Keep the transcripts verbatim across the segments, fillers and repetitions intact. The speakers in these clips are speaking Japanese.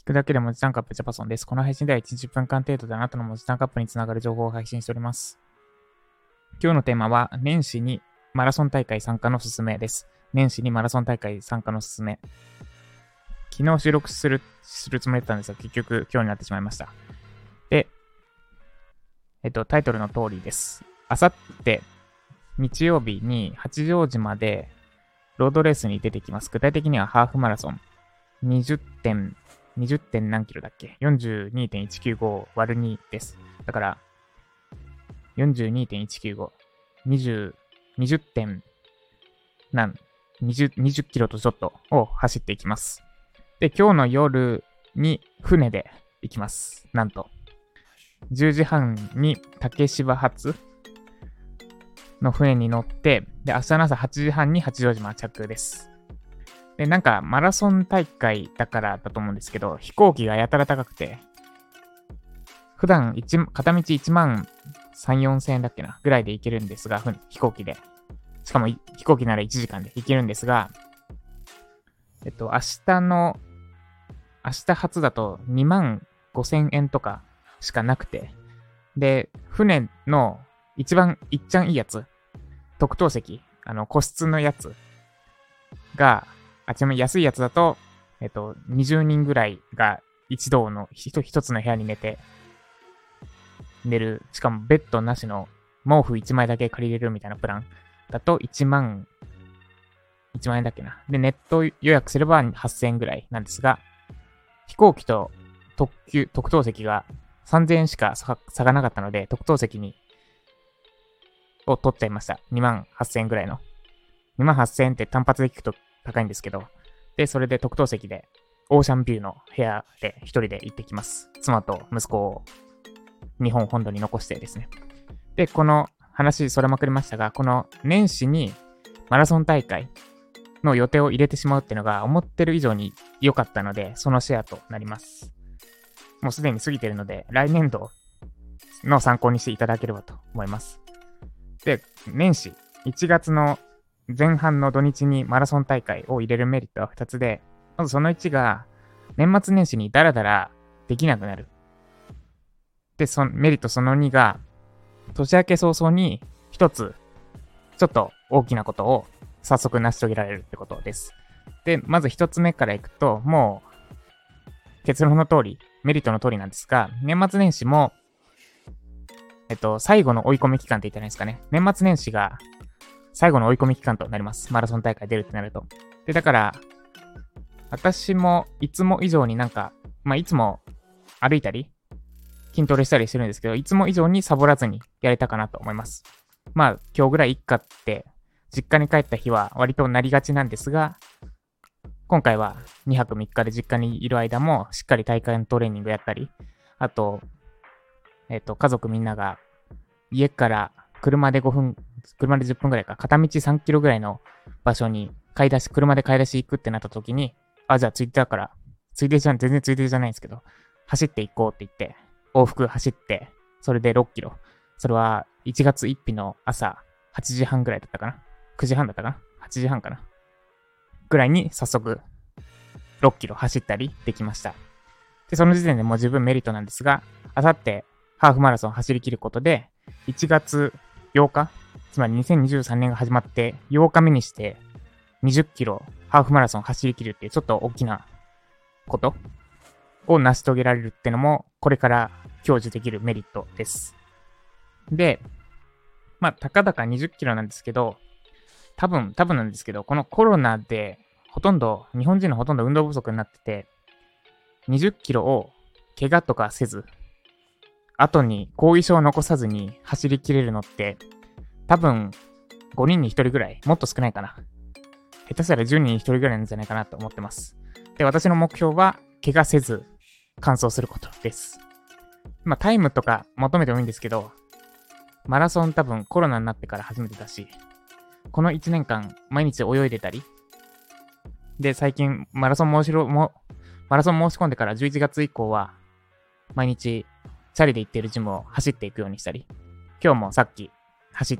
聞くだけで文字タンクアップジャパソンです。この配信ではいちにちじゅっぷんかん程度であなたの文字タンクアップにつながる情報を配信しております。今日のテーマは、年始にマラソン大会参加のすすめです。年始にマラソン大会参加のすすめ。昨日収録する、するつもりだったんですが、結局今日になってしまいました。で、えっと、タイトルの通りです。あさって日曜日に八丈島でロードレースに出てきます。具体的にはハーフマラソン。にじゅってん、にじゅってん何キロだっけ ?よんじゅうにてんいちきゅうご 割るにです。だから、よんじゅうにてんいちきゅうご、にじゅう、にじゅってん何、20、にじゅっキロとちょっとを走っていきます。で、今日の夜に船で行きます。なんと。じゅうじはんに竹芝発の船に乗って、で、明日の朝はちじはんに八丈島着です。で、なんかマラソン大会だからだと思うんですけど、飛行機がやたら高くて、普段いち片道いちまんさん、よんせんえんだっけなぐらいで行けるんですが、飛行機で。しかも飛行機ならいちじかんで行けるんですが、えっと、明日の、明日初だとにまんごせんえんとかしかなくて、で、船の一番いっちゃんいいやつ、特等席、あの、個室のやつが、あ、ちなみに安いやつだと、えっと、にじゅうにんぐらいが一同の一つの部屋に寝て、寝る、しかもベッドなしの毛布いちまいだけ借りれるみたいなプランだといちまん、いちまんえんだっけな。で、ネット予約すればはっせんえんぐらいなんですが、飛行機と特急、特等席がさんぜんえんしか差がなかったので、特等席に、を取っちゃいました。にまんはっせんえんぐらいの。にまんはっせんえんって単発で聞くと高いんですけど、で、それで特等席で、オーシャンビューの部屋で一人で行ってきます。妻と息子を日本本土に残してですね。で、この話それまくりましたが、この年始にマラソン大会の予定を入れてしまうっていうのが思ってる以上に良かったので、そのシェアとなります。もうすでに過ぎてるので、来年度の参考にしていただければと思います。で、年始、いちがつの前半の土日にマラソン大会を入れるメリットはふたつで、まずそのいちが、年末年始にダラダラできなくなる。で、そのメリットそのにが、年明け早々に一つ、ちょっと大きなことを早速成し遂げられるってことです。で、まず一つ目からいくと、もう、結論の通り、メリットの通りなんですが、年末年始も、えっと、最後の追い込み期間って言ったらいいんですかね。年末年始が最後の追い込み期間となります。マラソン大会出るってなると。で、だから、私もいつも以上になんか、まあ、いつも歩いたり、筋トレしたりしてるんですけど、いつも以上にサボらずにやれたかなと思います。まあ、今日ぐらいいっかって、実家に帰った日は割となりがちなんですが、今回はにはくみっかで実家にいる間も、しっかり体幹トレーニングやったり、あと、えっと、家族みんなが家から車でごふん、車でじゅっぷんぐらいか、片道さんキロぐらいの場所に買い出し、車で買い出し行くってなった時に、あ、じゃあついでだから、ついでじゃん、全然ついでじゃないんですけど、走っていこうって言って、往復走って、それでろっキロ。それはいちがつついたちの朝はちじはんぐらいだったかな ?くじはんだったかな ?はちじはんかなぐらいに早速ろっキロ走ったりできました。で、その時点でもう十分メリットなんですが、あさってハーフマラソン走り切ることで、いちがつようか、つまりにせんにじゅうさんねんが始まってようかめにしてにじゅっキロハーフマラソン走り切るっていうちょっと大きなことを成し遂げられるってのもこれから享受できるメリットです。で、まあ、たかだかにじゅっキロなんですけど、多分、多分なんですけど、このコロナでほとんど、日本人のほとんど運動不足になってて、にじゅっキロを怪我とかせず、後に後遺症を残さずに走り切れるのって、多分ごにんにひとりぐらい、もっと少ないかな。下手したらじゅうにんにひとりぐらいなんじゃないかなと思ってます。で、私の目標は、怪我せず完走することです。まあ、タイムとか求めてもいいんですけど、マラソン多分コロナになってから初めてだし、このいちねんかん毎日泳いでたり、で、最近マラソン申しろも、マラソン申し込んでからじゅういちがつ以降は、毎日チャリで行ってるジムを走っていくようにしたり、今日もさっき走って、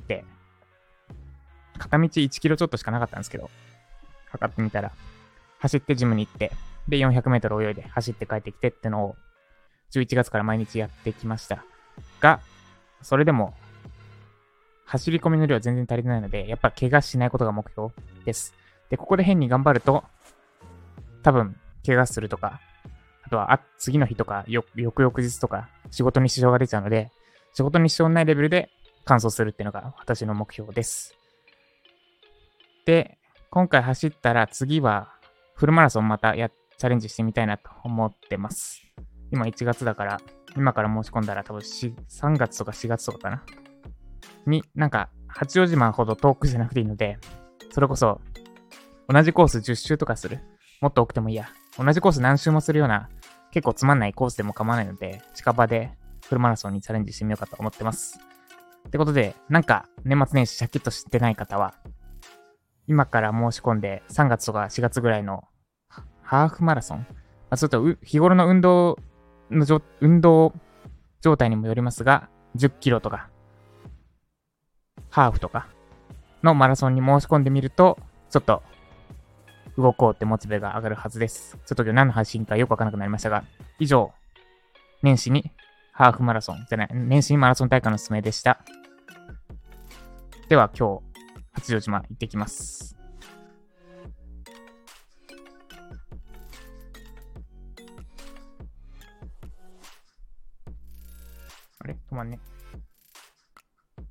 片道いちキロちょっとしかなかったんですけど、測ってみたら、走ってジムに行って、 で、よんひゃくメートル泳いで走って帰ってきてってのを、じゅういちがつから毎日やってきました。が、それでも、走り込みの量は全然足りないので、やっぱ怪我しないことが目標です。で、ここで変に頑張ると、多分、怪我するとか、あとは、あ、次の日とか、よ、翌々日とか、仕事に支障が出ちゃうので、仕事に支障ないレベルで完走するっていうのが私の目標です。で、今回走ったら次は、フルマラソンまたや、チャレンジしてみたいなと思ってます。今いちがつだから、今から申し込んだら多分さんがつとかしがつとかかな。に、なんか、八王子マンほど遠くじゃなくていいので、それこそ、同じコースじゅっしゅうとかする。もっと多くてもいいや。同じコース何周もするような、結構つまんないコースでも構わないので、近場でフルマラソンにチャレンジしてみようかと思ってます。ってことで、なんか、年末年始シャキッとしてない方は、今から申し込んでさんがつとかしがつぐらいのハーフマラソン、まあ、ちょっと日頃の運動のじょ運動状態にもよりますが、じゅっキロとか、ハーフとかのマラソンに申し込んでみると、ちょっと動こうってモチベが上がるはずです。ちょっと今日何の配信かよくわからなくなりましたが、以上、年始にハーフマラソンじゃない、年始にマラソン大会のおすすめでした。では今日、八丈島行ってきます。あれ止まんね。